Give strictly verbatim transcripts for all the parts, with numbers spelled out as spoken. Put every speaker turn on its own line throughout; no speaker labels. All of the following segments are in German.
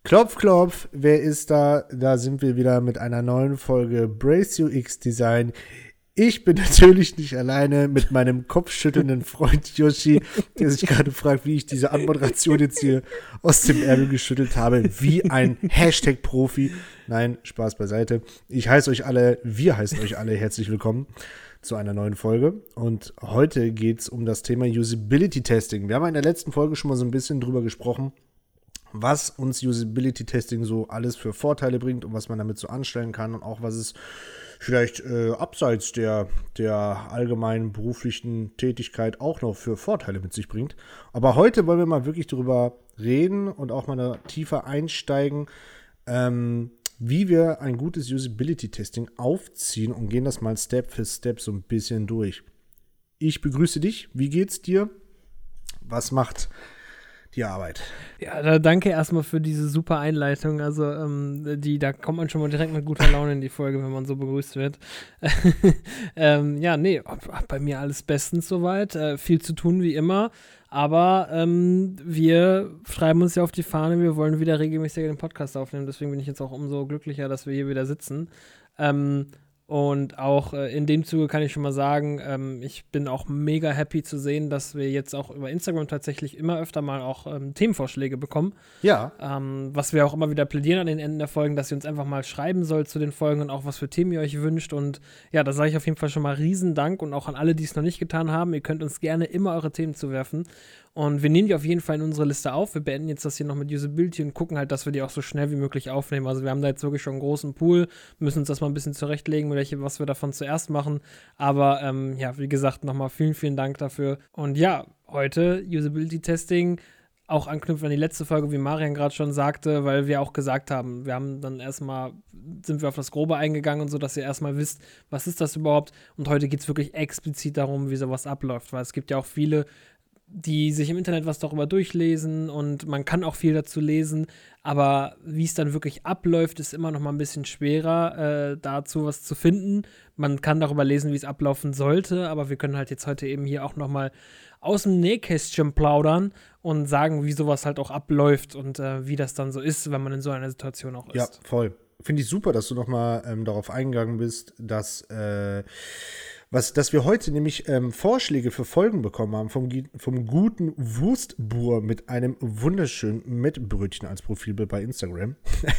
Klopf, klopf, wer ist da? Da sind wir wieder mit einer neuen Folge Brace U X Design. Ich bin natürlich nicht alleine mit meinem kopfschüttelnden Freund Yoshi, der sich gerade fragt, wie ich diese Anmoderation jetzt hier aus dem Ärmel geschüttelt habe, wie ein Hashtag-Profi. Nein, Spaß beiseite. Ich heiße euch alle, wir heißen euch alle herzlich willkommen zu einer neuen Folge. Und heute geht es um das Thema Usability Testing. Wir haben in der letzten Folge schon mal so ein bisschen drüber gesprochen, was uns Usability Testing so alles für Vorteile bringt und was man damit so anstellen kann und auch was es vielleicht äh, abseits der, der allgemeinen beruflichen Tätigkeit auch noch für Vorteile mit sich bringt. Aber heute wollen wir mal wirklich darüber reden und auch mal da tiefer einsteigen, ähm, wie wir ein gutes Usability Testing aufziehen und gehen das mal Step für Step so ein bisschen durch. Ich begrüße dich. Wie geht's dir? Was macht die Arbeit?
Ja, da danke erstmal für diese super Einleitung. Also, ähm, die, da kommt man schon mal direkt mit guter Laune in die Folge, wenn man so begrüßt wird. ähm, ja, nee, bei mir alles bestens soweit. Äh, viel zu tun wie immer. Aber ähm, wir schreiben uns ja auf die Fahne, wir wollen wieder regelmäßig den Podcast aufnehmen. Deswegen bin ich jetzt auch umso glücklicher, dass wir hier wieder sitzen. Ähm, Und auch äh, in dem Zuge kann ich schon mal sagen, ähm, ich bin auch mega happy zu sehen, dass wir jetzt auch über Instagram tatsächlich immer öfter mal auch ähm, Themenvorschläge bekommen.
Ja.
Ähm, was wir auch immer wieder plädieren an den Enden der Folgen, dass ihr uns einfach mal schreiben sollt zu den Folgen und auch was für Themen ihr euch wünscht. Und ja, da sage ich auf jeden Fall schon mal riesen Dank und auch an alle, die es noch nicht getan haben. Ihr könnt uns gerne immer eure Themen zuwerfen. Und wir nehmen die auf jeden Fall in unsere Liste auf. Wir beenden jetzt das hier noch mit Usability und gucken halt, dass wir die auch so schnell wie möglich aufnehmen. Also wir haben da jetzt wirklich schon einen großen Pool, müssen uns das mal ein bisschen zurechtlegen, welche, was wir davon zuerst machen. Aber ähm, ja, wie gesagt, nochmal vielen, vielen Dank dafür. Und ja, heute Usability Testing, auch anknüpfen an die letzte Folge, wie Marian gerade schon sagte, weil wir auch gesagt haben, wir haben dann erstmal, sind wir auf das Grobe eingegangen und so, dass ihr erstmal wisst, was ist das überhaupt. Und heute geht es wirklich explizit darum, wie sowas abläuft, weil es gibt ja auch viele, die sich im Internet was darüber durchlesen und man kann auch viel dazu lesen, aber wie es dann wirklich abläuft, ist immer noch mal ein bisschen schwerer, äh, dazu was zu finden. Man kann darüber lesen, wie es ablaufen sollte, aber wir können halt jetzt heute eben hier auch noch mal aus dem Nähkästchen plaudern und sagen, wie sowas halt auch abläuft und äh, wie das dann so ist, wenn man in so einer Situation auch ist.
Ja, voll. Finde ich super, dass du noch mal ähm, darauf eingegangen bist, dass äh, Was, dass wir heute nämlich ähm, Vorschläge für Folgen bekommen haben vom, vom guten Wurstbur mit einem wunderschönen Mettbrötchen als Profilbild bei Instagram.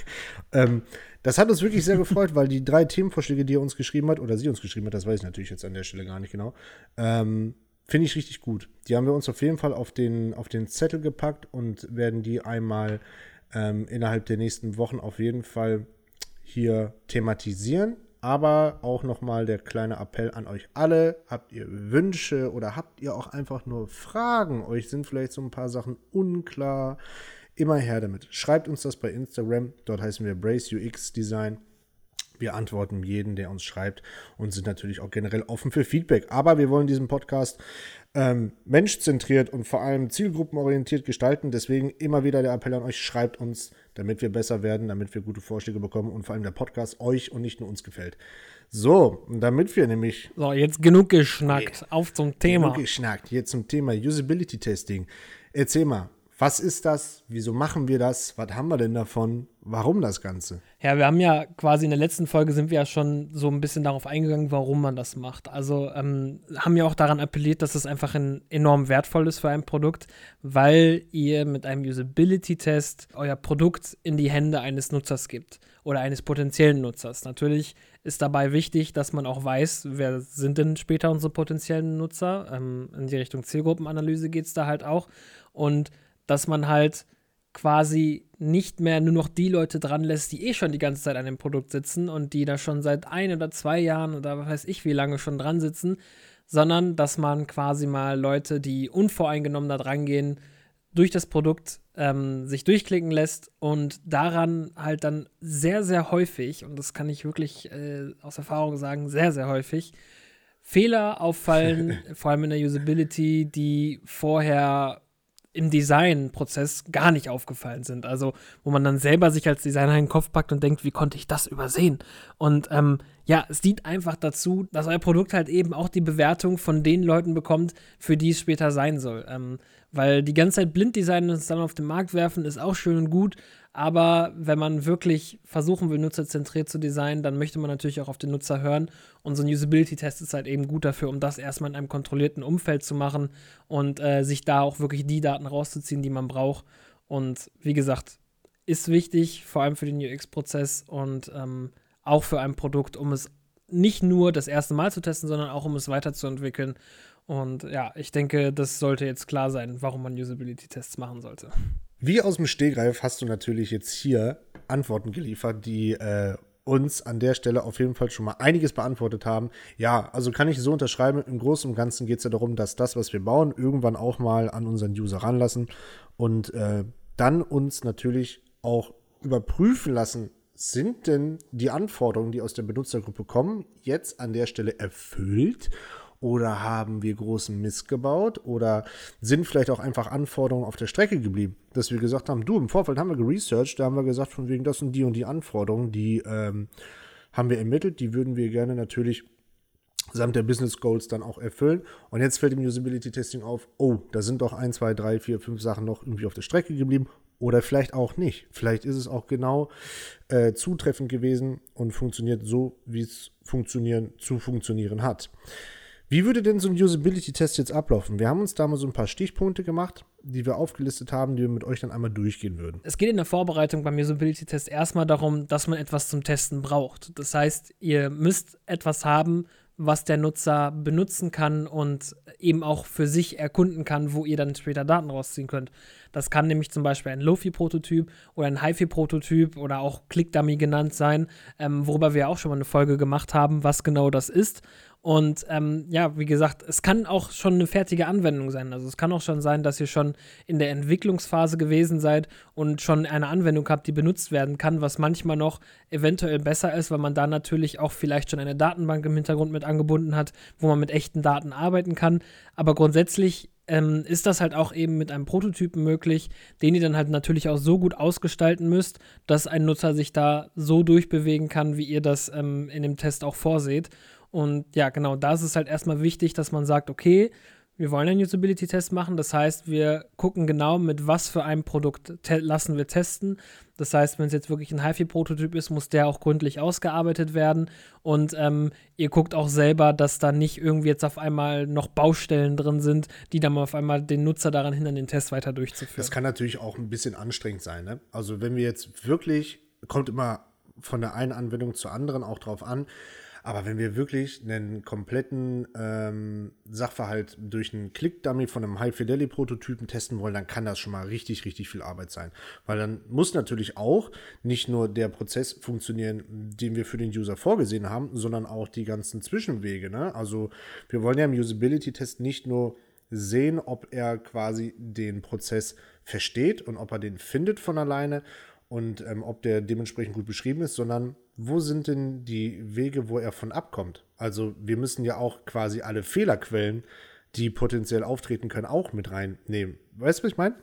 ähm, das hat uns wirklich sehr gefreut, weil die drei Themenvorschläge, die er uns geschrieben hat, oder sie uns geschrieben hat, das weiß ich natürlich jetzt an der Stelle gar nicht genau, ähm, finde ich richtig gut. Die haben wir uns auf jeden Fall auf den, auf den Zettel gepackt und werden die einmal ähm, innerhalb der nächsten Wochen auf jeden Fall hier thematisieren. Aber auch nochmal der kleine Appell an euch alle. Habt ihr Wünsche oder habt ihr auch einfach nur Fragen? Euch sind vielleicht so ein paar Sachen unklar. Immer her damit. Schreibt uns das bei Instagram. Dort heißen wir Brace U X Design. Wir antworten jeden, der uns schreibt und sind natürlich auch generell offen für Feedback. Aber wir wollen diesen Podcast ähm, menschzentriert und vor allem zielgruppenorientiert gestalten. Deswegen immer wieder der Appell an euch, schreibt uns, damit wir besser werden, damit wir gute Vorschläge bekommen und vor allem der Podcast euch und nicht nur uns gefällt. So, und damit wir nämlich...
So, jetzt genug geschnackt. Okay. Auf zum Thema.
Genug geschnackt. Jetzt zum Thema Usability Testing. Erzähl mal. Was ist das? Wieso machen wir das? Was haben wir denn davon? Warum das Ganze?
Ja, wir haben ja quasi in der letzten Folge sind wir ja schon so ein bisschen darauf eingegangen, warum man das macht. Also ähm, haben ja auch daran appelliert, dass es einfach ein, enorm wertvoll ist für ein Produkt, weil ihr mit einem Usability-Test euer Produkt in die Hände eines Nutzers gibt oder eines potenziellen Nutzers. Natürlich ist dabei wichtig, dass man auch weiß, wer sind denn später unsere potenziellen Nutzer. Ähm, in die Richtung Zielgruppenanalyse geht es da halt auch. Und dass man halt quasi nicht mehr nur noch die Leute dran lässt, die eh schon die ganze Zeit an dem Produkt sitzen und die da schon seit ein oder zwei Jahren oder was weiß ich wie lange schon dran sitzen, sondern dass man quasi mal Leute, die unvoreingenommen da dran gehen, durch das Produkt ähm, sich durchklicken lässt und daran halt dann sehr, sehr häufig, und das kann ich wirklich äh, aus Erfahrung sagen, sehr, sehr häufig, Fehler auffallen, vor allem in der Usability, die vorher im Designprozess gar nicht aufgefallen sind. Also, wo man dann selber sich als Designer in den Kopf packt und denkt, wie konnte ich das übersehen? Und ähm, ja, es dient einfach dazu, dass euer Produkt halt eben auch die Bewertung von den Leuten bekommt, für die es später sein soll. Ähm, weil die ganze Zeit blind designen und es dann auf den Markt werfen, ist auch schön und gut, aber wenn man wirklich versuchen will, nutzerzentriert zu designen, dann möchte man natürlich auch auf den Nutzer hören und so ein Usability-Test ist halt eben gut dafür, um das erstmal in einem kontrollierten Umfeld zu machen und äh, sich da auch wirklich die Daten rauszuziehen, die man braucht. Und wie gesagt, ist wichtig, vor allem für den U X-Prozess und ähm, auch für ein Produkt, um es nicht nur das erste Mal zu testen, sondern auch um es weiterzuentwickeln. Und ja, ich denke, das sollte jetzt klar sein, warum man Usability-Tests machen sollte.
Wie aus dem Stegreif hast du natürlich jetzt hier Antworten geliefert, die äh, uns an der Stelle auf jeden Fall schon mal einiges beantwortet haben. Ja, also kann ich so unterschreiben, im Großen und Ganzen geht es ja darum, dass das, was wir bauen, irgendwann auch mal an unseren User ranlassen und äh, dann uns natürlich auch überprüfen lassen, sind denn die Anforderungen, die aus der Benutzergruppe kommen, jetzt an der Stelle erfüllt? Oder haben wir großen Mist gebaut? Oder sind vielleicht auch einfach Anforderungen auf der Strecke geblieben? Dass wir gesagt haben, du, im Vorfeld haben wir geresearched, da haben wir gesagt, von wegen das und die und die Anforderungen, die ähm, haben wir ermittelt, die würden wir gerne natürlich samt der Business Goals dann auch erfüllen. Und jetzt fällt im Usability Testing auf, oh, da sind doch ein, zwei, drei, vier, fünf Sachen noch irgendwie auf der Strecke geblieben. Oder vielleicht auch nicht. Vielleicht ist es auch genau äh, zutreffend gewesen und funktioniert so, wie es funktionieren, zu funktionieren hat. Wie würde denn so ein Usability-Test jetzt ablaufen? Wir haben uns da mal so ein paar Stichpunkte gemacht, die wir aufgelistet haben, die wir mit euch dann einmal durchgehen würden.
Es geht in der Vorbereitung beim Usability-Test erstmal darum, dass man etwas zum Testen braucht. Das heißt, ihr müsst etwas haben, was der Nutzer benutzen kann und eben auch für sich erkunden kann, wo ihr dann später Daten rausziehen könnt. Das kann nämlich zum Beispiel ein Lofi-Prototyp oder ein HiFi-Prototyp oder auch ClickDummy genannt sein, ähm, worüber wir auch schon mal eine Folge gemacht haben, was genau das ist. Und ähm, ja, wie gesagt, es kann auch schon eine fertige Anwendung sein. Also es kann auch schon sein, dass ihr schon in der Entwicklungsphase gewesen seid und schon eine Anwendung habt, die benutzt werden kann, was manchmal noch eventuell besser ist, weil man da natürlich auch vielleicht schon eine Datenbank im Hintergrund mit angebunden hat, wo man mit echten Daten arbeiten kann. Aber grundsätzlich ähm, ist das halt auch eben mit einem Prototypen möglich, den ihr dann halt natürlich auch so gut ausgestalten müsst, dass ein Nutzer sich da so durchbewegen kann, wie ihr das ähm, in dem Test auch vorseht. Und ja, genau, da ist es halt erstmal wichtig, dass man sagt, okay, wir wollen einen Usability-Test machen. Das heißt, wir gucken genau, mit was für einem Produkt te- lassen wir testen. Das heißt, wenn es jetzt wirklich ein HiFi-Prototyp ist, muss der auch gründlich ausgearbeitet werden. Und ähm, ihr guckt auch selber, dass da nicht irgendwie jetzt auf einmal noch Baustellen drin sind, die dann mal auf einmal den Nutzer daran hindern, den Test weiter durchzuführen.
Das kann natürlich auch ein bisschen anstrengend sein, ne? Also wenn wir jetzt wirklich, kommt immer von der einen Anwendung zur anderen auch drauf an, aber wenn wir wirklich einen kompletten ähm, Sachverhalt durch einen Click-Dummy von einem High-Fidelity-Prototypen testen wollen, dann kann das schon mal richtig, richtig viel Arbeit sein. Weil dann muss natürlich auch nicht nur der Prozess funktionieren, den wir für den User vorgesehen haben, sondern auch die ganzen Zwischenwege, ne? Also wir wollen ja im Usability-Test nicht nur sehen, ob er quasi den Prozess versteht und ob er den findet von alleine und ähm, ob der dementsprechend gut beschrieben ist, sondern wo sind denn die Wege, wo er von abkommt? Also wir müssen ja auch quasi alle Fehlerquellen, die potenziell auftreten können, auch mit reinnehmen. Weißt du, was ich meine?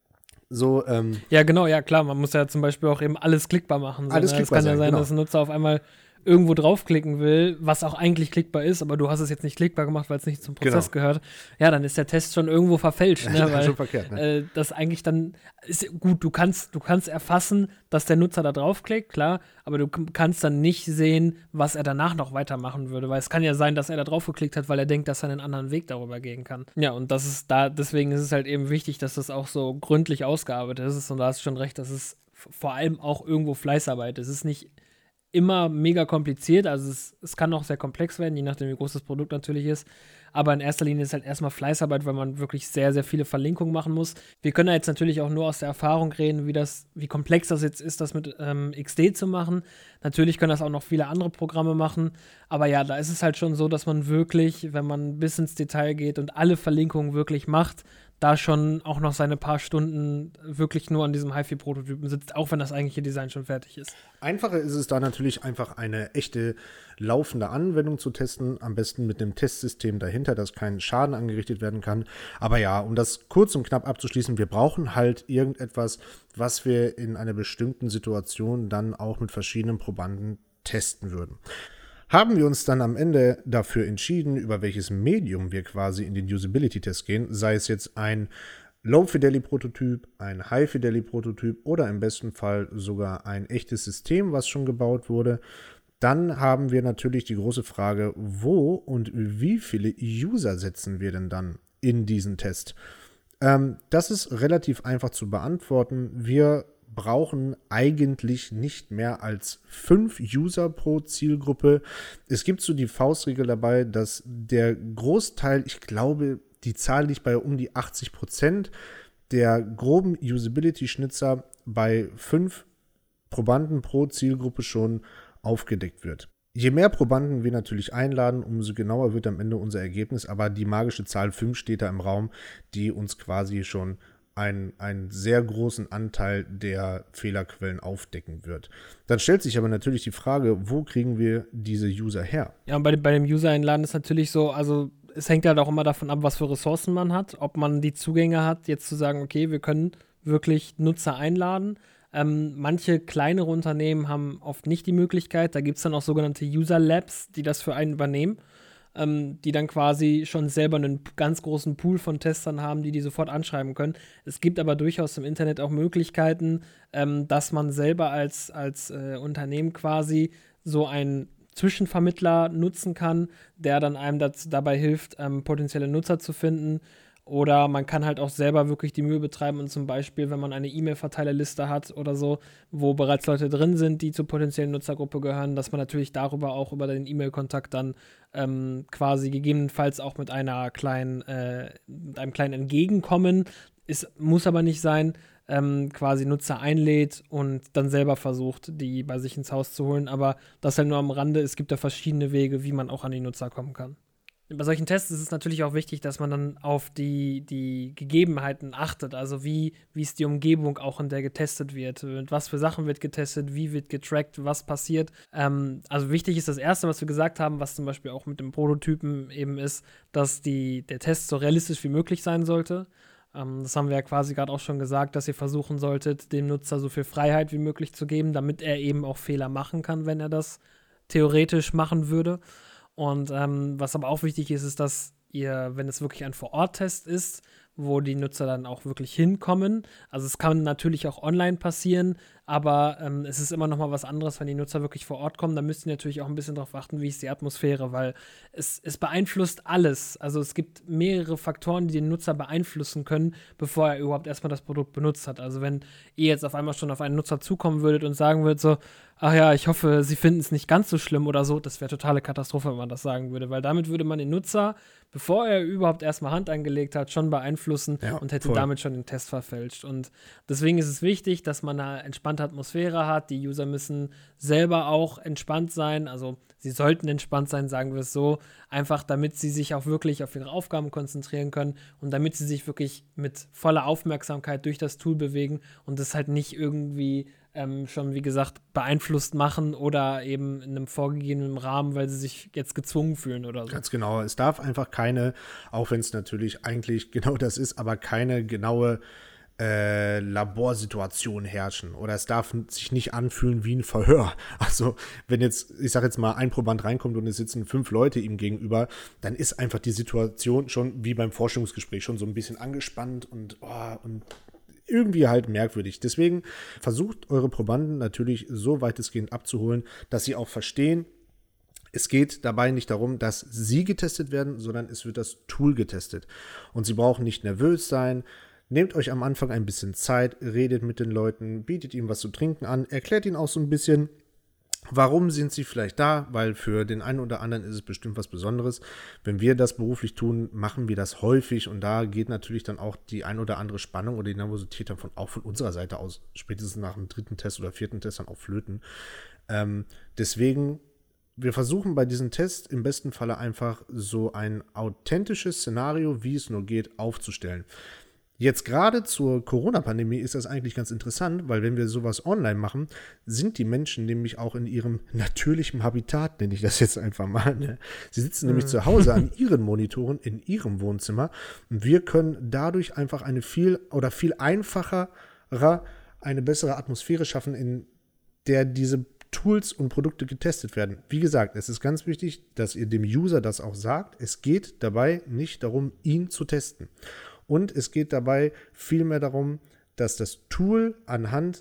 So, ähm,
ja, genau, ja klar, man muss ja zum Beispiel auch eben alles klickbar machen. So,
alles
ne?
klickbar
Es kann ja
sein,
sein,
genau.
dass ein Nutzer auf einmal irgendwo draufklicken will, was auch eigentlich klickbar ist, aber du hast es jetzt nicht klickbar gemacht, weil es nicht zum Prozess
Genau.
gehört. Ja, dann ist der Test schon irgendwo verfälscht, ne?
Ja,
weil
schon verkehrt, ne?
äh, das eigentlich dann ist gut, du kannst, du kannst erfassen, dass der Nutzer da draufklickt, klar, aber du k- kannst dann nicht sehen, was er danach noch weitermachen würde, weil es kann ja sein, dass er da drauf geklickt hat, weil er denkt, dass er einen anderen Weg darüber gehen kann. Ja, und das ist da, deswegen ist es halt eben wichtig, dass das auch so gründlich ausgearbeitet ist und da hast du schon recht, das ist f- vor allem auch irgendwo Fleißarbeit. Es ist nicht immer mega kompliziert, also es, es kann auch sehr komplex werden, je nachdem, wie groß das Produkt natürlich ist. Aber in erster Linie ist halt erstmal Fleißarbeit, weil man wirklich sehr, sehr viele Verlinkungen machen muss. Wir können da jetzt natürlich auch nur aus der Erfahrung reden, wie das, wie komplex das jetzt ist, das mit ähm, X D zu machen. Natürlich können das auch noch viele andere Programme machen. Aber ja, da ist es halt schon so, dass man wirklich, wenn man bis ins Detail geht und alle Verlinkungen wirklich macht, da schon auch noch seine paar Stunden wirklich nur an diesem HiFi-Prototypen sitzt, auch wenn das eigentliche Design schon fertig ist.
Einfacher ist es da natürlich einfach eine echte laufende Anwendung zu testen, am besten mit einem Testsystem dahinter, dass kein Schaden angerichtet werden kann. Aber ja, um das kurz und knapp abzuschließen, wir brauchen halt irgendetwas, was wir in einer bestimmten Situation dann auch mit verschiedenen Probanden testen würden. haben wir uns dann am Ende dafür entschieden, über welches Medium wir quasi in den Usability-Test gehen, sei es jetzt ein Low-Fidelity-Prototyp, ein High-Fidelity-Prototyp oder im besten Fall sogar ein echtes System, was schon gebaut wurde. Dann haben wir natürlich die große Frage, wo und wie viele User setzen wir denn dann in diesen Test? Ähm, das ist relativ einfach zu beantworten. Wir brauchen eigentlich nicht mehr als fünf User pro Zielgruppe. Es gibt so die Faustregel dabei, dass der Großteil, ich glaube, die Zahl liegt bei um die achtzig Prozent der groben Usability-Schnitzer bei fünf Probanden pro Zielgruppe schon aufgedeckt wird. Je mehr Probanden wir natürlich einladen, umso genauer wird am Ende unser Ergebnis, aber die magische Zahl fünf steht da im Raum, die uns quasi schon einen, einen sehr großen Anteil der Fehlerquellen aufdecken wird. Dann stellt sich aber natürlich die Frage, wo kriegen wir diese User her?
Ja, und bei, bei dem User-Einladen ist natürlich so, also es hängt halt auch immer davon ab, was für Ressourcen man hat, ob man die Zugänge hat, jetzt zu sagen, okay, wir können wirklich Nutzer einladen. Ähm, manche kleinere Unternehmen haben oft nicht die Möglichkeit, da gibt es dann auch sogenannte User Labs, die das für einen übernehmen, ähm, die dann quasi schon selber einen ganz großen Pool von Testern haben, die die sofort anschreiben können. Es gibt aber durchaus im Internet auch Möglichkeiten, ähm, dass man selber als, als äh, Unternehmen quasi so ein Zwischenvermittler nutzen kann, der dann einem dazu, dabei hilft, ähm, potenzielle Nutzer zu finden. Oder man kann halt auch selber wirklich die Mühe betreiben und zum Beispiel, wenn man eine E-Mail-Verteilerliste hat oder so, wo bereits Leute drin sind, die zur potenziellen Nutzergruppe gehören, dass man natürlich darüber auch über den E-Mail-Kontakt dann ähm, quasi gegebenenfalls auch mit einer kleinen, äh, mit einem kleinen Entgegenkommen, ist, muss aber nicht sein, ähm, quasi Nutzer einlädt und dann selber versucht, die bei sich ins Haus zu holen. Aber das halt nur am Rande, es gibt da verschiedene Wege, wie man auch an die Nutzer kommen kann. Bei solchen Tests ist es natürlich auch wichtig, dass man dann auf die, die Gegebenheiten achtet, also wie, wie ist die Umgebung auch, in der getestet wird, mit was für Sachen wird getestet, wie wird getrackt, was passiert. Ähm, also wichtig ist das Erste, was wir gesagt haben, was zum Beispiel auch mit dem Prototypen eben ist, dass die, der Test so realistisch wie möglich sein sollte. Ähm, das haben wir ja quasi gerade auch schon gesagt, dass ihr versuchen solltet, dem Nutzer so viel Freiheit wie möglich zu geben, damit er eben auch Fehler machen kann, wenn er das theoretisch machen würde. Und ähm, was aber auch wichtig ist, ist, dass ihr, wenn es wirklich ein Vor-Ort-Test ist, wo die Nutzer dann auch wirklich hinkommen. Also es kann natürlich auch online passieren, aber ähm, es ist immer noch mal was anderes, wenn die Nutzer wirklich vor Ort kommen. Da müsst ihr natürlich auch ein bisschen darauf achten, wie ist die Atmosphäre, weil es, es beeinflusst alles. Also es gibt mehrere Faktoren, die den Nutzer beeinflussen können, bevor er überhaupt erstmal das Produkt benutzt hat. Also wenn ihr jetzt auf einmal schon auf einen Nutzer zukommen würdet und sagen würdet so, ach ja, ich hoffe, Sie finden es nicht ganz so schlimm oder so, das wäre totale Katastrophe, wenn man das sagen würde, weil damit würde man den Nutzer, bevor er überhaupt erstmal Hand angelegt hat, schon beeinflussen ja, und hätte voll. damit schon den Test verfälscht. Und deswegen ist es wichtig, dass man eine entspannte Atmosphäre hat. Die User müssen selber auch entspannt sein, also sie sollten entspannt sein, sagen wir es so, einfach damit sie sich auch wirklich auf ihre Aufgaben konzentrieren können und damit sie sich wirklich mit voller Aufmerksamkeit durch das Tool bewegen und das halt nicht irgendwie Ähm, schon, wie gesagt, beeinflusst machen oder eben in einem vorgegebenen Rahmen, weil sie sich jetzt gezwungen fühlen oder so.
Ganz genau. Es darf einfach keine, auch wenn es natürlich eigentlich genau das ist, aber keine genaue äh, Laborsituation herrschen. Oder es darf sich nicht anfühlen wie ein Verhör. Also wenn jetzt, ich sag jetzt mal, ein Proband reinkommt und es sitzen fünf Leute ihm gegenüber, dann ist einfach die Situation schon wie beim Forschungsgespräch schon so ein bisschen angespannt und, oh, und irgendwie halt merkwürdig. Deswegen versucht eure Probanden natürlich so weitestgehend abzuholen, dass sie auch verstehen, es geht dabei nicht darum, dass sie getestet werden, sondern es wird das Tool getestet. Und sie brauchen nicht nervös sein. Nehmt euch am Anfang ein bisschen Zeit, redet mit den Leuten, bietet ihnen was zu trinken an, erklärt ihnen auch so ein bisschen, warum sind sie vielleicht da? Weil für den einen oder anderen ist es bestimmt was Besonderes. Wenn wir das beruflich tun, machen wir das häufig und da geht natürlich dann auch die ein oder andere Spannung oder die Nervosität dann von, auch von unserer Seite aus, spätestens nach dem dritten Test oder vierten Test dann auch flöten. Ähm, deswegen, wir versuchen bei diesem Test im besten Falle einfach so ein authentisches Szenario, wie es nur geht, aufzustellen. Jetzt gerade zur Corona-Pandemie ist das eigentlich ganz interessant, weil wenn wir sowas online machen, sind die Menschen nämlich auch in ihrem natürlichen Habitat, nenne ich das jetzt einfach mal. Ne? Sie sitzen mhm. nämlich zu Hause an ihren Monitoren in ihrem Wohnzimmer und wir können dadurch einfach eine viel oder viel einfachere, eine bessere Atmosphäre schaffen, in der diese Tools und Produkte getestet werden. Wie gesagt, es ist ganz wichtig, dass ihr dem User das auch sagt. Es geht dabei nicht darum, ihn zu testen. Und es geht dabei vielmehr darum, dass das Tool anhand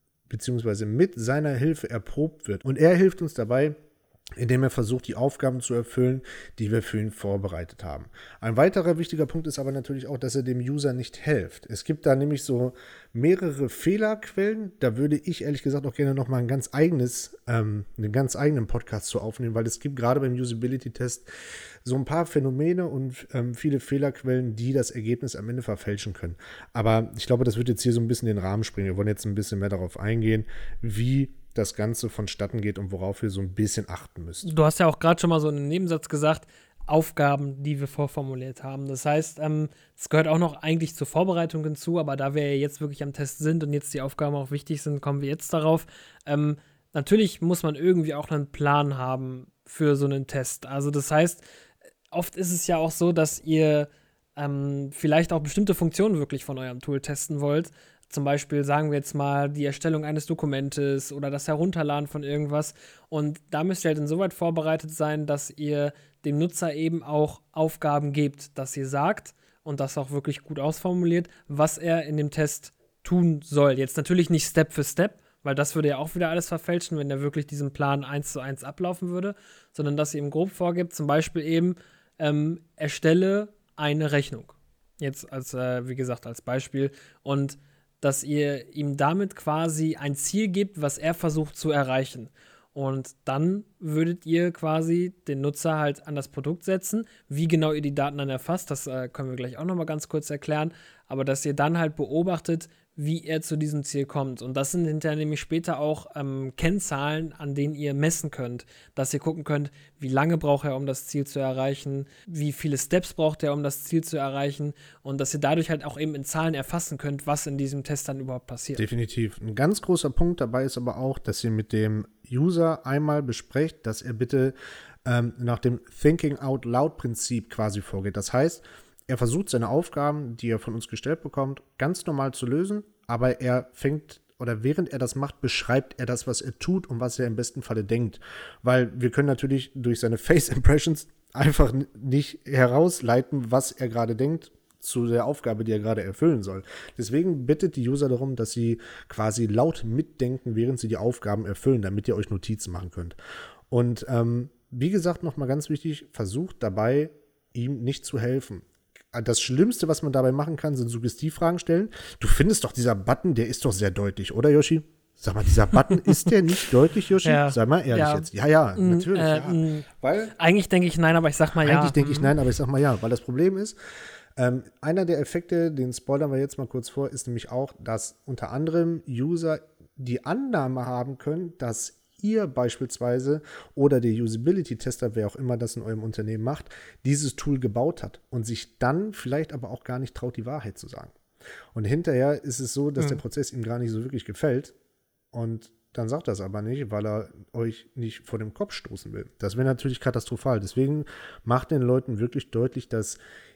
bzw. mit seiner Hilfe erprobt wird. Und er hilft uns dabei, indem er versucht, die Aufgaben zu erfüllen, die wir für ihn vorbereitet haben. Ein weiterer wichtiger Punkt ist aber natürlich auch, dass er dem User nicht hilft. Es gibt da nämlich so mehrere Fehlerquellen. Da würde ich ehrlich gesagt auch gerne nochmal ein ganz eigenes, ähm, einen ganz eigenen Podcast zu aufnehmen, weil es gibt gerade beim Usability-Test so ein paar Phänomene und ähm, viele Fehlerquellen, die das Ergebnis am Ende verfälschen können. Aber ich glaube, das wird jetzt hier so ein bisschen den Rahmen springen. Wir wollen jetzt ein bisschen mehr darauf eingehen, wie das Ganze vonstatten geht und worauf ihr so ein bisschen achten müsst.
Du hast ja auch gerade schon mal so einen Nebensatz gesagt, Aufgaben, die wir vorformuliert haben. Das heißt, ähm, es gehört auch noch eigentlich zur Vorbereitung hinzu, aber da wir ja jetzt wirklich am Test sind und jetzt die Aufgaben auch wichtig sind, kommen wir jetzt darauf. Ähm, natürlich muss man irgendwie auch einen Plan haben für so einen Test. Also das heißt, oft ist es ja auch so, dass ihr ähm, vielleicht auch bestimmte Funktionen wirklich von eurem Tool testen wollt. Zum Beispiel, sagen wir jetzt mal, die Erstellung eines Dokumentes oder das Herunterladen von irgendwas. Und da müsst ihr halt insoweit vorbereitet sein, dass ihr dem Nutzer eben auch Aufgaben gebt, dass ihr sagt und das auch wirklich gut ausformuliert, was er in dem Test tun soll. Jetzt natürlich nicht Step für Step, weil das würde ja auch wieder alles verfälschen, wenn er wirklich diesen Plan eins zu eins ablaufen würde, sondern dass ihr ihm grob vorgibt, zum Beispiel eben, ähm, erstelle eine Rechnung. Jetzt als, äh, wie gesagt, als Beispiel. Und dass ihr ihm damit quasi ein Ziel gebt, was er versucht zu erreichen. Und dann würdet ihr quasi den Nutzer halt an das Produkt setzen. Wie genau ihr die Daten dann erfasst, das äh, können wir gleich auch nochmal ganz kurz erklären. Aber dass ihr dann halt beobachtet, wie er zu diesem Ziel kommt. Und das sind hinterher nämlich später auch ähm, Kennzahlen, an denen ihr messen könnt. Dass ihr gucken könnt, wie lange braucht er, um das Ziel zu erreichen, wie viele Steps braucht er, um das Ziel zu erreichen. Und dass ihr dadurch halt auch eben in Zahlen erfassen könnt, was in diesem Test dann überhaupt passiert.
Definitiv. Ein ganz großer Punkt dabei ist aber auch, dass ihr mit dem User einmal besprecht, dass er bitte ähm, nach dem Thinking Out Loud Prinzip quasi vorgeht. Das heißt, er versucht seine Aufgaben, die er von uns gestellt bekommt, ganz normal zu lösen, aber er fängt oder während er das macht, beschreibt er das, was er tut und was er im besten Falle denkt. Weil wir können natürlich durch seine Face Impressions einfach nicht herausleiten, was er gerade denkt zu der Aufgabe, die er gerade erfüllen soll. Deswegen bittet die User darum, dass sie quasi laut mitdenken, während sie die Aufgaben erfüllen, damit ihr euch Notizen machen könnt. Und ähm, wie gesagt, nochmal ganz wichtig, versucht dabei, ihm nicht zu helfen. Das Schlimmste, was man dabei machen kann, sind Suggestivfragen stellen. Du findest doch, dieser Button, der ist doch sehr deutlich, oder, Yoshi? Sag mal, dieser Button, ist der nicht deutlich, Yoshi?
Ja.
Sei mal ehrlich
Ja.
jetzt. Ja, ja,
Mm,
natürlich.
äh,
ja.
mm.
Weil
Eigentlich denke ich nein, aber ich sag mal ja.
Eigentlich denke ich
Mm.
nein, aber ich sag mal ja. Weil das Problem ist, ähm, einer der Effekte, den spoilern wir jetzt mal kurz vor, ist nämlich auch, dass unter anderem User die Annahme haben können, dass ihr beispielsweise oder der Usability-Tester, wer auch immer das in eurem Unternehmen macht, dieses Tool gebaut hat und sich dann vielleicht aber auch gar nicht traut, die Wahrheit zu sagen. Und hinterher ist es so, dass
Mhm.
der Prozess ihm gar nicht so wirklich gefällt und dann sagt er es aber nicht, weil er euch nicht vor dem Kopf stoßen will. Das wäre natürlich katastrophal. Deswegen macht den Leuten wirklich deutlich, dass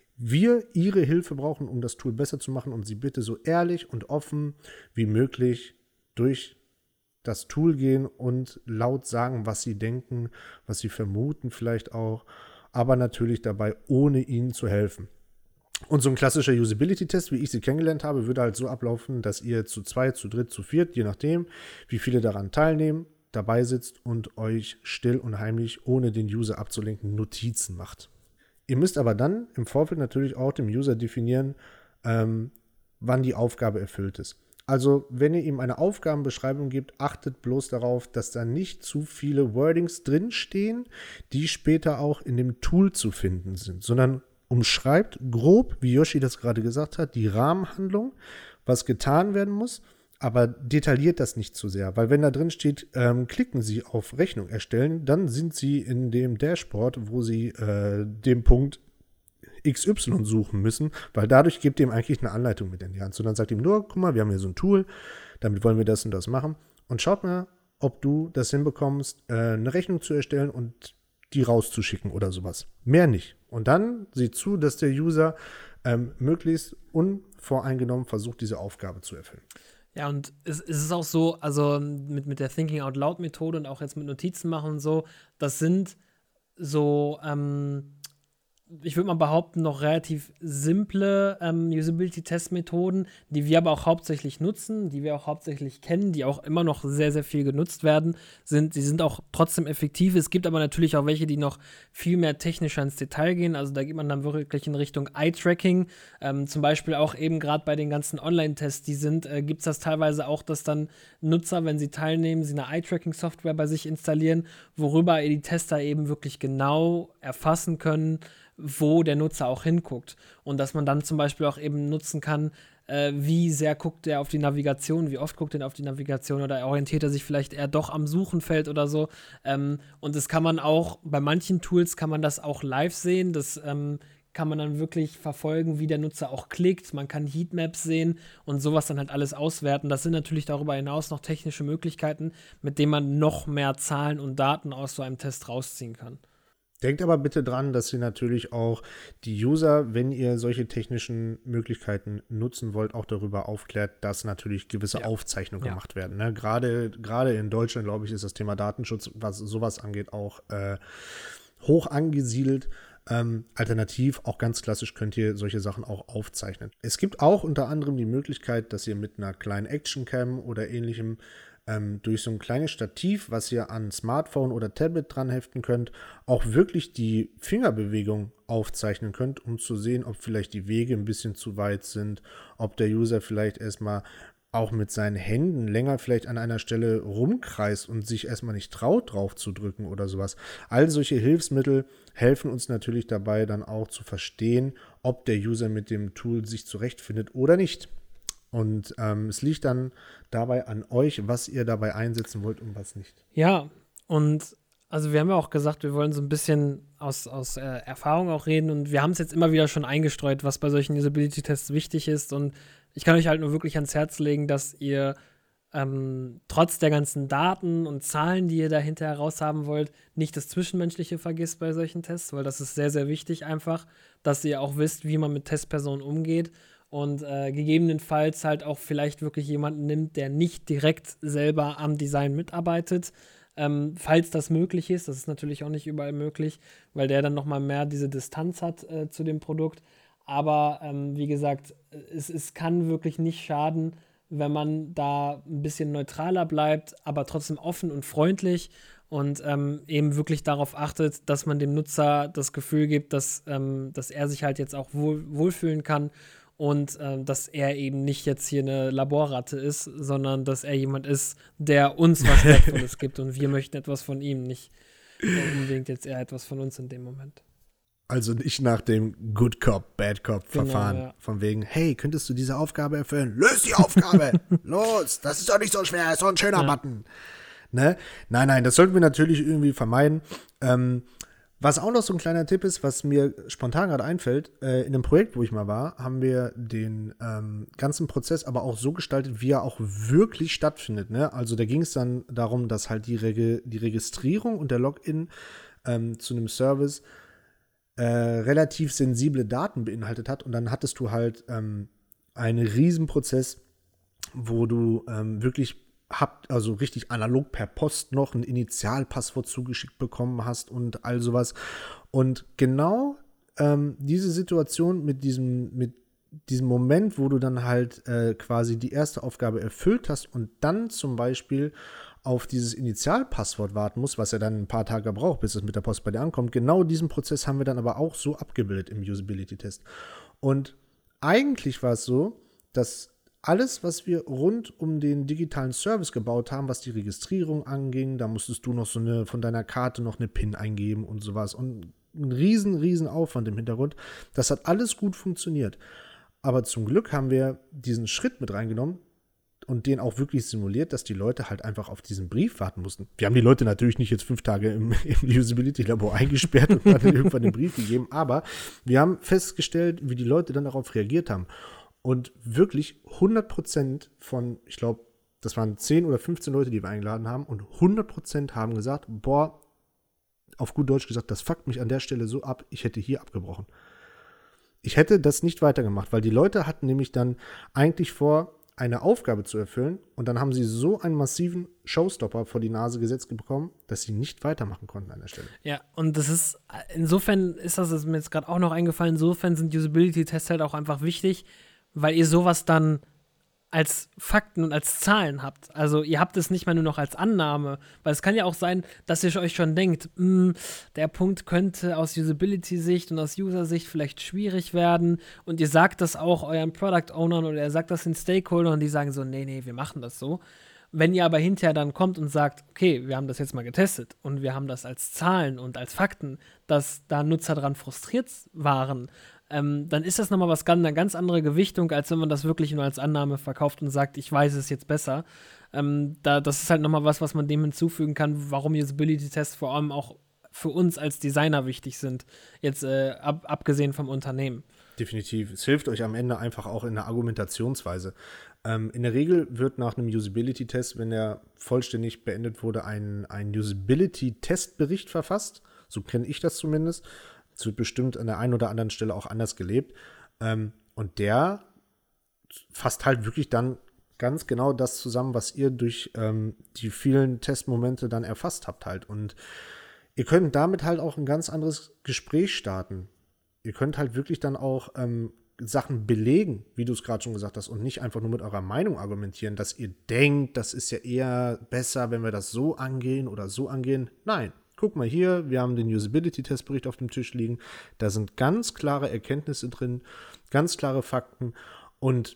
wir ihre Hilfe brauchen, um das Tool besser zu machen und sie bitte so ehrlich und offen wie möglich durch das Tool gehen und laut sagen, was sie denken, was sie vermuten vielleicht auch, aber natürlich dabei, ohne ihnen zu helfen. Und so ein klassischer Usability-Test, wie ich sie kennengelernt habe, würde halt so ablaufen, dass ihr zu zweit, zu dritt, zu viert, je nachdem, wie viele daran teilnehmen, dabei sitzt und euch still und heimlich, ohne den User abzulenken, Notizen macht. Ihr müsst aber dann im Vorfeld natürlich auch dem User definieren, ähm, wann die Aufgabe erfüllt ist. Also, wenn ihr ihm eine Aufgabenbeschreibung gebt, achtet bloß darauf, dass da nicht zu viele Wordings drinstehen, die später auch in dem Tool zu finden sind, sondern umschreibt grob, wie Yoshi das gerade gesagt hat, die Rahmenhandlung, was getan werden muss, aber detailliert das nicht zu sehr, weil wenn da drin steht, ähm, klicken Sie auf Rechnung erstellen, dann sind Sie in dem Dashboard, wo Sie äh, den Punkt X Y suchen müssen, weil dadurch gebt ihr ihm eigentlich eine Anleitung mit in die Hand. Sondern sagt ihm nur, guck mal, wir haben hier so ein Tool, damit wollen wir das und das machen. Und schaut mal, ob du das hinbekommst, äh, eine Rechnung zu erstellen und die rauszuschicken oder sowas. Mehr nicht. Und dann sieht zu, dass der User ähm, möglichst unvoreingenommen versucht, diese Aufgabe zu erfüllen.
Ja, und es, es ist auch so, also mit, mit der Thinking Out Loud Methode und auch jetzt mit Notizen machen und so, das sind so, ähm, ich würde mal behaupten, noch relativ simple ähm, Usability-Test-Methoden, die wir aber auch hauptsächlich nutzen, die wir auch hauptsächlich kennen, die auch immer noch sehr, sehr viel genutzt werden. Sind, die sind auch trotzdem effektiv. Es gibt aber natürlich auch welche, die noch viel mehr technischer ins Detail gehen. Also da geht man dann wirklich in Richtung Eye-Tracking. Ähm, zum Beispiel auch eben gerade bei den ganzen Online-Tests, die sind, äh, gibt es das teilweise auch, dass dann Nutzer, wenn sie teilnehmen, sie eine Eye-Tracking-Software bei sich installieren, worüber die Tester eben wirklich genau erfassen können, wo der Nutzer auch hinguckt. Und dass man dann zum Beispiel auch eben nutzen kann, äh, wie sehr guckt er auf die Navigation, wie oft guckt er auf die Navigation oder orientiert er sich vielleicht eher doch am Suchenfeld oder so. Ähm, und das kann man auch, bei manchen Tools kann man das auch live sehen, das ähm, kann man dann wirklich verfolgen, wie der Nutzer auch klickt. Man kann Heatmaps sehen und sowas dann halt alles auswerten. Das sind natürlich darüber hinaus noch technische Möglichkeiten, mit denen man noch mehr Zahlen und Daten aus so einem Test rausziehen kann.
Denkt aber bitte dran, dass ihr natürlich auch die User, wenn ihr solche technischen Möglichkeiten nutzen wollt, auch darüber aufklärt, dass natürlich gewisse ja. Aufzeichnungen ja. gemacht werden. Ne? Gerade, gerade in Deutschland, glaube ich, ist das Thema Datenschutz, was sowas angeht, auch äh, hoch angesiedelt. Ähm, alternativ, auch ganz klassisch, könnt ihr solche Sachen auch aufzeichnen. Es gibt auch unter anderem die Möglichkeit, dass ihr mit einer kleinen Actioncam oder ähnlichem ähm, durch so ein kleines Stativ, was ihr an Smartphone oder Tablet dran heften könnt, auch wirklich die Fingerbewegung aufzeichnen könnt, um zu sehen, ob vielleicht die Wege ein bisschen zu weit sind, ob der User vielleicht erstmal auch mit seinen Händen länger vielleicht an einer Stelle rumkreist und sich erstmal nicht traut, drauf zu drücken oder sowas. All solche Hilfsmittel helfen uns natürlich dabei, dann auch zu verstehen, ob der User mit dem Tool sich zurechtfindet oder nicht. Und ähm, es liegt dann dabei an euch, was ihr dabei einsetzen wollt und was nicht.
Ja, und also wir haben ja auch gesagt, wir wollen so ein bisschen aus, aus äh, Erfahrung auch reden und wir haben es jetzt immer wieder schon eingestreut, was bei solchen Usability-Tests wichtig ist, und ich kann euch halt nur wirklich ans Herz legen, dass ihr ähm, trotz der ganzen Daten und Zahlen, die ihr dahinter heraushaben wollt, nicht das Zwischenmenschliche vergisst bei solchen Tests, weil das ist sehr, sehr wichtig einfach, dass ihr auch wisst, wie man mit Testpersonen umgeht und äh, gegebenenfalls halt auch vielleicht wirklich jemanden nimmt, der nicht direkt selber am Design mitarbeitet, ähm, falls das möglich ist. Das ist natürlich auch nicht überall möglich, weil der dann nochmal mehr diese Distanz hat äh, zu dem Produkt. Aber ähm, wie gesagt, es, es kann wirklich nicht schaden, wenn man da ein bisschen neutraler bleibt, aber trotzdem offen und freundlich und ähm, eben wirklich darauf achtet, dass man dem Nutzer das Gefühl gibt, dass, ähm, dass er sich halt jetzt auch wohl, wohlfühlen kann und äh, dass er eben nicht jetzt hier eine Laborratte ist, sondern dass er jemand ist, der uns was Wertvolles gibt und wir möchten etwas von ihm, nicht unbedingt jetzt er etwas von uns in dem Moment.
Also nicht nach dem Good Cop, Bad Cop Verfahren. Genau, ja. Von wegen, hey, könntest du diese Aufgabe erfüllen? Löse die Aufgabe! Los, das ist doch nicht so schwer, ist doch ein schöner ja. Button. Ne? Nein, nein, das sollten wir natürlich irgendwie vermeiden. Ähm, was auch noch so ein kleiner Tipp ist, was mir spontan gerade einfällt, äh, in einem Projekt, wo ich mal war, haben wir den ähm, ganzen Prozess aber auch so gestaltet, wie er auch wirklich stattfindet. Ne? Also da ging es dann darum, dass halt die, Reg- die Registrierung und der Login ähm, zu einem Service Äh, relativ sensible Daten beinhaltet hat, und dann hattest du halt ähm, einen Riesenprozess, wo du ähm, wirklich habt, also richtig analog per Post noch ein Initialpasswort zugeschickt bekommen hast und all sowas. Und genau ähm, diese Situation mit diesem, mit diesem Moment, wo du dann halt äh, quasi die erste Aufgabe erfüllt hast und dann zum Beispiel auf dieses Initialpasswort warten muss, was ja dann ein paar Tage braucht, bis es mit der Post bei dir ankommt. Genau diesen Prozess haben wir dann aber auch so abgebildet im Usability-Test. Und eigentlich war es so, dass alles, was wir rund um den digitalen Service gebaut haben, was die Registrierung anging, da musstest du noch so eine, von deiner Karte noch eine PIN eingeben und sowas. Und ein riesen, riesen Aufwand im Hintergrund. Das hat alles gut funktioniert. Aber zum Glück haben wir diesen Schritt mit reingenommen und den auch wirklich simuliert, dass die Leute halt einfach auf diesen Brief warten mussten. Wir haben die Leute natürlich nicht jetzt fünf Tage im, im Usability-Labor eingesperrt und dann irgendwann den Brief gegeben, aber wir haben festgestellt, wie die Leute dann darauf reagiert haben. Und wirklich hundert Prozent von, ich glaube, das waren zehn oder fünfzehn Leute, die wir eingeladen haben, und hundert Prozent haben gesagt, boah, auf gut Deutsch gesagt, das fuckt mich an der Stelle so ab, ich hätte hier abgebrochen. Ich hätte das nicht weitergemacht, weil die Leute hatten nämlich dann eigentlich vor, eine Aufgabe zu erfüllen und dann haben sie so einen massiven Showstopper vor die Nase gesetzt bekommen, dass sie nicht weitermachen konnten an der Stelle.
Ja, und das ist, insofern ist das, ist mir jetzt gerade auch noch eingefallen, insofern sind Usability-Tests halt auch einfach wichtig, weil ihr sowas dann als Fakten und als Zahlen habt. Also ihr habt es nicht mehr nur noch als Annahme, weil es kann ja auch sein, dass ihr euch schon denkt, der Punkt könnte aus Usability-Sicht und aus User-Sicht vielleicht schwierig werden und ihr sagt das auch euren Product-Ownern oder ihr sagt das den Stakeholdern und die sagen so, nee, nee, wir machen das so. Wenn ihr aber hinterher dann kommt und sagt, okay, wir haben das jetzt mal getestet und wir haben das als Zahlen und als Fakten, dass da Nutzer dran frustriert waren, ähm, dann ist das nochmal was ganz, eine ganz andere Gewichtung, als wenn man das wirklich nur als Annahme verkauft und sagt, ich weiß es jetzt besser. Ähm, da, das ist halt nochmal was, was man dem hinzufügen kann, warum Usability-Tests vor allem auch für uns als Designer wichtig sind, jetzt äh, ab, abgesehen vom Unternehmen.
Definitiv. Es hilft euch am Ende einfach auch in der Argumentationsweise. Ähm, in der Regel wird nach einem Usability-Test, wenn der vollständig beendet wurde, ein, ein Usability-Testbericht verfasst. So kenne ich das zumindest. Es wird bestimmt an der einen oder anderen Stelle auch anders gelebt. Ähm, und der fasst halt wirklich dann ganz genau das zusammen, was ihr durch ähm, die vielen Testmomente dann erfasst habt halt. Und ihr könnt damit halt auch ein ganz anderes Gespräch starten. Ihr könnt halt wirklich dann auch ähm, Sachen belegen, wie du es gerade schon gesagt hast, und nicht einfach nur mit eurer Meinung argumentieren, dass ihr denkt, das ist ja eher besser, wenn wir das so angehen oder so angehen. Nein. Guck mal hier, wir haben den Usability-Testbericht auf dem Tisch liegen. Da sind ganz klare Erkenntnisse drin, ganz klare Fakten. Und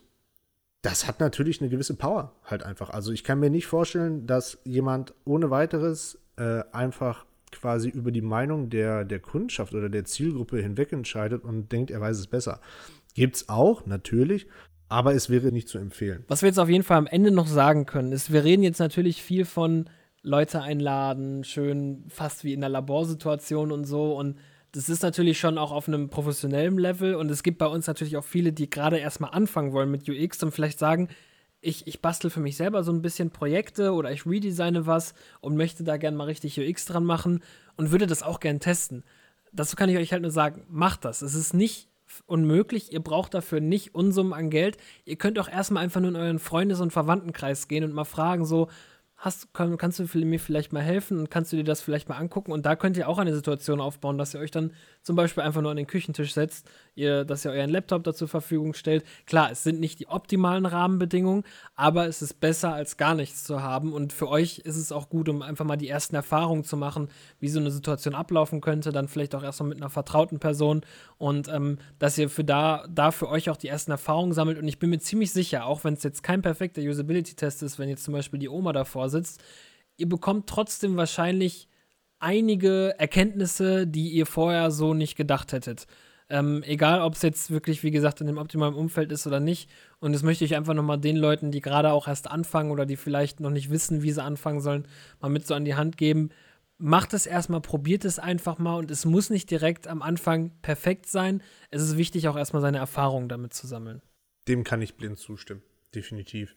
das hat natürlich eine gewisse Power halt einfach. Also ich kann mir nicht vorstellen, dass jemand ohne weiteres äh, einfach quasi über die Meinung der, der Kundschaft oder der Zielgruppe hinweg entscheidet und denkt, er weiß es besser. Gibt's auch, natürlich, aber es wäre nicht zu empfehlen.
Was wir jetzt auf jeden Fall am Ende noch sagen können, ist, wir reden jetzt natürlich viel von Leute einladen, schön fast wie in einer Laborsituation und so. Und das ist natürlich schon auch auf einem professionellen Level. Und es gibt bei uns natürlich auch viele, die gerade erstmal anfangen wollen mit U X und vielleicht sagen, ich, ich bastel für mich selber so ein bisschen Projekte oder ich redesigne was und möchte da gerne mal richtig U X dran machen und würde das auch gern testen. Dazu kann ich euch halt nur sagen, macht das. Es ist nicht unmöglich, ihr braucht dafür nicht Unsummen an Geld. Ihr könnt auch erstmal einfach nur in euren Freundes- und Verwandtenkreis gehen und mal fragen so, Hast, kann, kannst du mir vielleicht mal helfen und kannst du dir das vielleicht mal angucken? Und da könnt ihr auch eine Situation aufbauen, dass ihr euch dann zum Beispiel einfach nur an den Küchentisch setzt, ihr, dass ihr euren Laptop da zur Verfügung stellt. Klar, es sind nicht die optimalen Rahmenbedingungen, aber es ist besser, als gar nichts zu haben. Und für euch ist es auch gut, um einfach mal die ersten Erfahrungen zu machen, wie so eine Situation ablaufen könnte, dann vielleicht auch erstmal mit einer vertrauten Person und ähm, dass ihr für da, da für euch auch die ersten Erfahrungen sammelt. Und ich bin mir ziemlich sicher, auch wenn es jetzt kein perfekter Usability-Test ist, wenn jetzt zum Beispiel die Oma davor sitzt, ihr bekommt trotzdem wahrscheinlich einige Erkenntnisse, die ihr vorher so nicht gedacht hättet. Ähm, egal, ob es jetzt wirklich, wie gesagt, in dem optimalen Umfeld ist oder nicht. Und das möchte ich einfach nochmal den Leuten, die gerade auch erst anfangen oder die vielleicht noch nicht wissen, wie sie anfangen sollen, mal mit so an die Hand geben. Macht es erstmal, probiert es einfach mal und es muss nicht direkt am Anfang perfekt sein. Es ist wichtig, auch erstmal seine Erfahrungen damit zu sammeln.
Dem kann ich blind zustimmen, definitiv.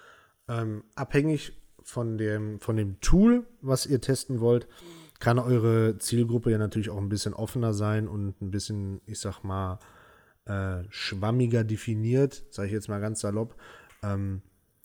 Ähm, abhängig von dem, von dem Tool, was ihr testen wollt, kann eure Zielgruppe ja natürlich auch ein bisschen offener sein und ein bisschen, ich sag mal, äh, schwammiger definiert, sage ich jetzt mal ganz salopp, ähm,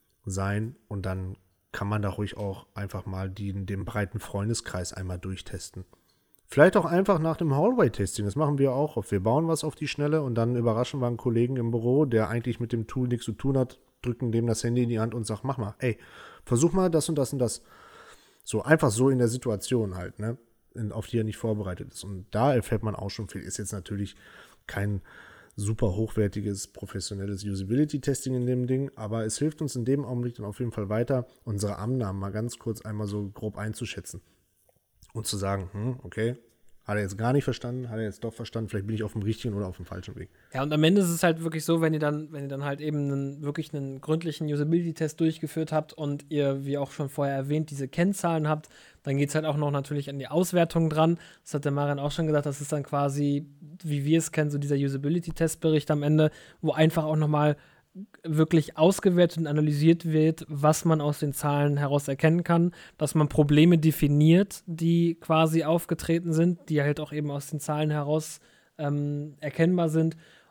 sein. Und dann kann man da ruhig auch einfach mal die, den breiten Freundeskreis einmal durchtesten. Vielleicht auch einfach nach dem Hallway-Testing, das machen wir auch. Wir bauen was auf die Schnelle und dann überraschen wir einen Kollegen im Büro, der eigentlich mit dem Tool nichts zu tun hat, drücken dem das Handy in die Hand und sagen, mach mal, ey, versuch mal das und das und das. So, einfach so in der Situation halt, ne, in, auf die er nicht vorbereitet ist. Und da erfährt man auch schon viel. Ist jetzt natürlich kein super hochwertiges, professionelles Usability-Testing in dem Ding, aber es hilft uns in dem Augenblick dann auf jeden Fall weiter, unsere Annahmen mal ganz kurz einmal so grob einzuschätzen. Und zu sagen, hm, okay, hat er jetzt gar nicht verstanden, hat er jetzt doch verstanden, vielleicht bin ich auf dem richtigen oder auf dem falschen Weg.
Ja, und am Ende ist es halt wirklich so, wenn ihr dann, wenn ihr dann halt eben einen, wirklich einen gründlichen Usability-Test durchgeführt habt und ihr, wie auch schon vorher erwähnt, diese Kennzahlen habt, dann geht es halt auch noch natürlich an die Auswertung dran. Das hat der Marian auch schon gesagt, das ist dann quasi, wie wir es kennen, so dieser Usability-Test-Bericht am Ende, wo einfach auch nochmal wirklich ausgewertet und analysiert wird, was man aus den Zahlen heraus erkennen kann, dass man Probleme definiert, die quasi aufgetreten sind, die halt auch eben aus den Zahlen heraus ähm, erkennbar sind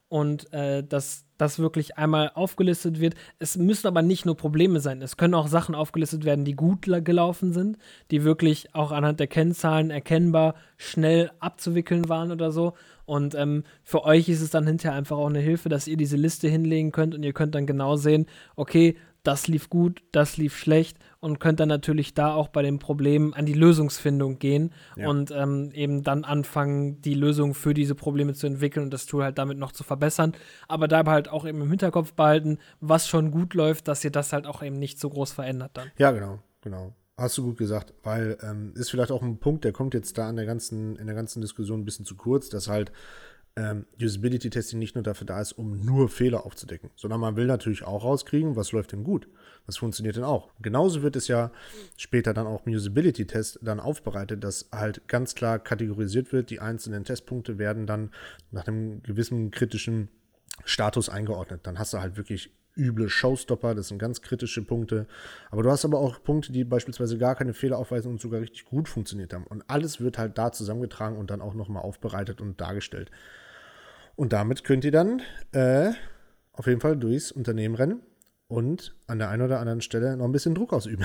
und äh, dass das wirklich einmal aufgelistet wird. Es müssen aber nicht nur Probleme sein. Es können auch Sachen aufgelistet werden, die gut la- gelaufen sind, die wirklich auch anhand der Kennzahlen erkennbar schnell abzuwickeln waren oder so. Und ähm, für euch ist es dann hinterher einfach auch eine Hilfe, dass ihr diese Liste hinlegen könnt und ihr könnt dann genau sehen, okay, das lief gut, das lief schlecht und könnt dann natürlich da auch bei den Problemen an die Lösungsfindung gehen
Ja.
und ähm, eben dann anfangen, die Lösung für diese Probleme zu entwickeln und das Tool halt damit noch zu verbessern. Aber dabei halt auch eben im Hinterkopf behalten, was schon gut läuft, dass ihr das halt auch eben nicht so groß verändert dann.
Ja, genau, genau. Hast du gut gesagt, weil ähm, ist vielleicht auch ein Punkt, der kommt jetzt da in der ganzen, in der ganzen Diskussion ein bisschen zu kurz, dass halt ähm, Usability-Testing nicht nur dafür da ist, um nur Fehler aufzudecken, sondern man will natürlich auch rauskriegen, was läuft denn gut, was funktioniert denn auch. Genauso wird es ja später dann auch im Usability-Test dann aufbereitet, dass halt ganz klar kategorisiert wird, die einzelnen Testpunkte werden dann nach einem gewissen kritischen Status eingeordnet. Dann hast du halt wirklich üble Showstopper, das sind ganz kritische Punkte. Aber du hast aber auch Punkte, die beispielsweise gar keine Fehler aufweisen und sogar richtig gut funktioniert haben. Und alles wird halt da zusammengetragen und dann auch nochmal aufbereitet und dargestellt. Und damit könnt ihr dann äh, auf jeden Fall durchs Unternehmen rennen und an der einen oder anderen Stelle noch ein bisschen Druck ausüben.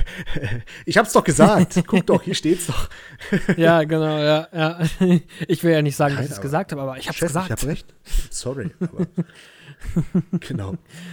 Ich hab's doch gesagt. Guck doch, hier steht's doch.
Ja, genau, ja, ja. Ich will ja nicht sagen,
Nein,
dass ich es
aber-
gesagt habe, aber ich hab's
Chef,
gesagt.
ich hab recht. Sorry, aber genau.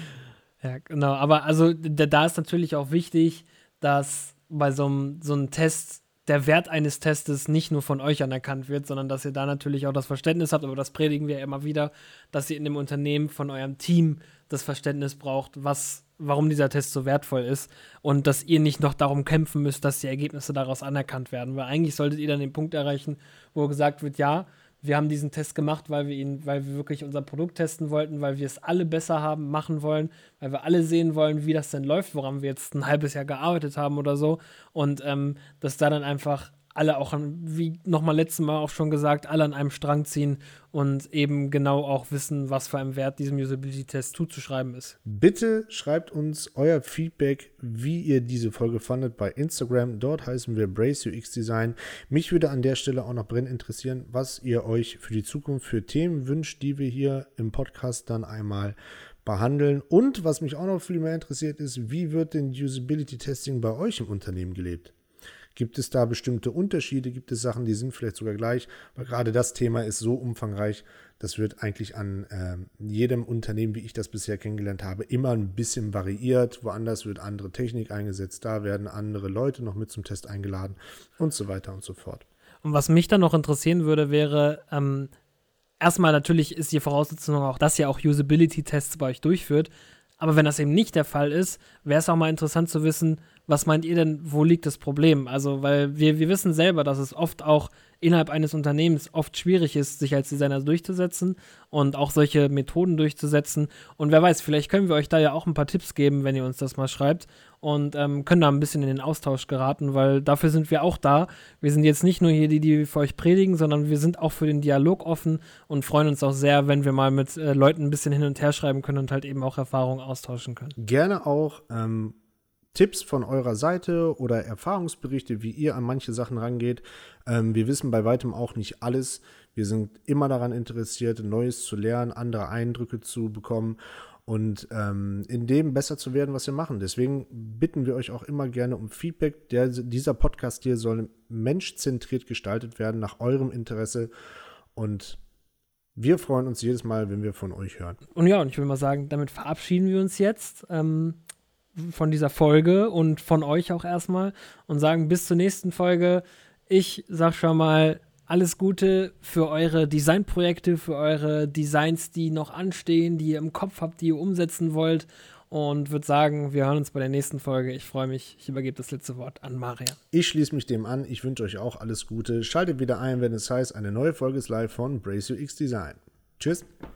Ja, genau. Aber also da, da ist natürlich auch wichtig, dass bei so einem so einem Test der Wert eines Testes nicht nur von euch anerkannt wird, sondern dass ihr da natürlich auch das Verständnis habt, aber das predigen wir ja immer wieder, dass ihr in dem Unternehmen von eurem Team das Verständnis braucht, was, warum dieser Test so wertvoll ist und dass ihr nicht noch darum kämpfen müsst, dass die Ergebnisse daraus anerkannt werden. Weil eigentlich solltet ihr dann den Punkt erreichen, wo gesagt wird, ja, wir haben diesen Test gemacht, weil wir ihn, weil wir wirklich unser Produkt testen wollten, weil wir es alle besser haben, machen wollen, weil wir alle sehen wollen, wie das denn läuft, woran wir jetzt ein halbes Jahr gearbeitet haben oder so. Und ähm, dass da dann einfach alle auch, an, wie nochmal letztes Mal auch schon gesagt, alle an einem Strang ziehen und eben genau auch wissen, was für einen Wert diesem Usability-Test zuzuschreiben ist.
Bitte schreibt uns euer Feedback, wie ihr diese Folge fandet bei Instagram. Dort heißen wir Brace U X Design. Mich würde an der Stelle auch noch brennend interessieren, was ihr euch für die Zukunft für Themen wünscht, die wir hier im Podcast dann einmal behandeln. Und was mich auch noch viel mehr interessiert ist, wie wird denn Usability Testing bei euch im Unternehmen gelebt? Gibt es da bestimmte Unterschiede? Gibt es Sachen, die sind vielleicht sogar gleich? Weil gerade das Thema ist so umfangreich, das wird eigentlich an äh, jedem Unternehmen, wie ich das bisher kennengelernt habe, immer ein bisschen variiert. Woanders wird andere Technik eingesetzt, da werden andere Leute noch mit zum Test eingeladen und so weiter und so fort.
Und was mich dann noch interessieren würde, wäre, ähm, erstmal natürlich ist die Voraussetzung auch, dass ihr auch Usability-Tests bei euch durchführt. Aber wenn das eben nicht der Fall ist, wäre es auch mal interessant zu wissen, was meint ihr denn, wo liegt das Problem? Also, weil wir, wir wissen selber, dass es oft auch innerhalb eines Unternehmens oft schwierig ist, sich als Designer durchzusetzen und auch solche Methoden durchzusetzen. Und wer weiß, vielleicht können wir euch da ja auch ein paar Tipps geben, wenn ihr uns das mal schreibt und ähm, können da ein bisschen in den Austausch geraten, weil dafür sind wir auch da. Wir sind jetzt nicht nur hier die, die für euch predigen, sondern wir sind auch für den Dialog offen und freuen uns auch sehr, wenn wir mal mit äh, Leuten ein bisschen hin und her schreiben können und halt eben auch Erfahrungen austauschen können.
Gerne auch ähm, Tipps von eurer Seite oder Erfahrungsberichte, wie ihr an manche Sachen rangeht. Ähm, wir wissen bei weitem auch nicht alles. Wir sind immer daran interessiert, Neues zu lernen, andere Eindrücke zu bekommen und ähm, in dem besser zu werden, was wir machen. Deswegen bitten wir euch auch immer gerne um Feedback. Der, dieser Podcast hier soll menschzentriert gestaltet werden, nach eurem Interesse. Und wir freuen uns jedes Mal, wenn wir von euch hören.
Und ja, und ich will mal sagen, damit verabschieden wir uns jetzt ähm, von dieser Folge und von euch auch erstmal und sagen bis zur nächsten Folge. Ich sag schon mal alles Gute für eure Designprojekte, für eure Designs, die noch anstehen, die ihr im Kopf habt, die ihr umsetzen wollt und würde sagen, wir hören uns bei der nächsten Folge. Ich freue mich. Ich übergebe das letzte Wort an Marian.
Ich schließe mich dem an. Ich wünsche euch auch alles Gute. Schaltet wieder ein, wenn es heißt, eine neue Folge ist live von Brace U X Design. Tschüss.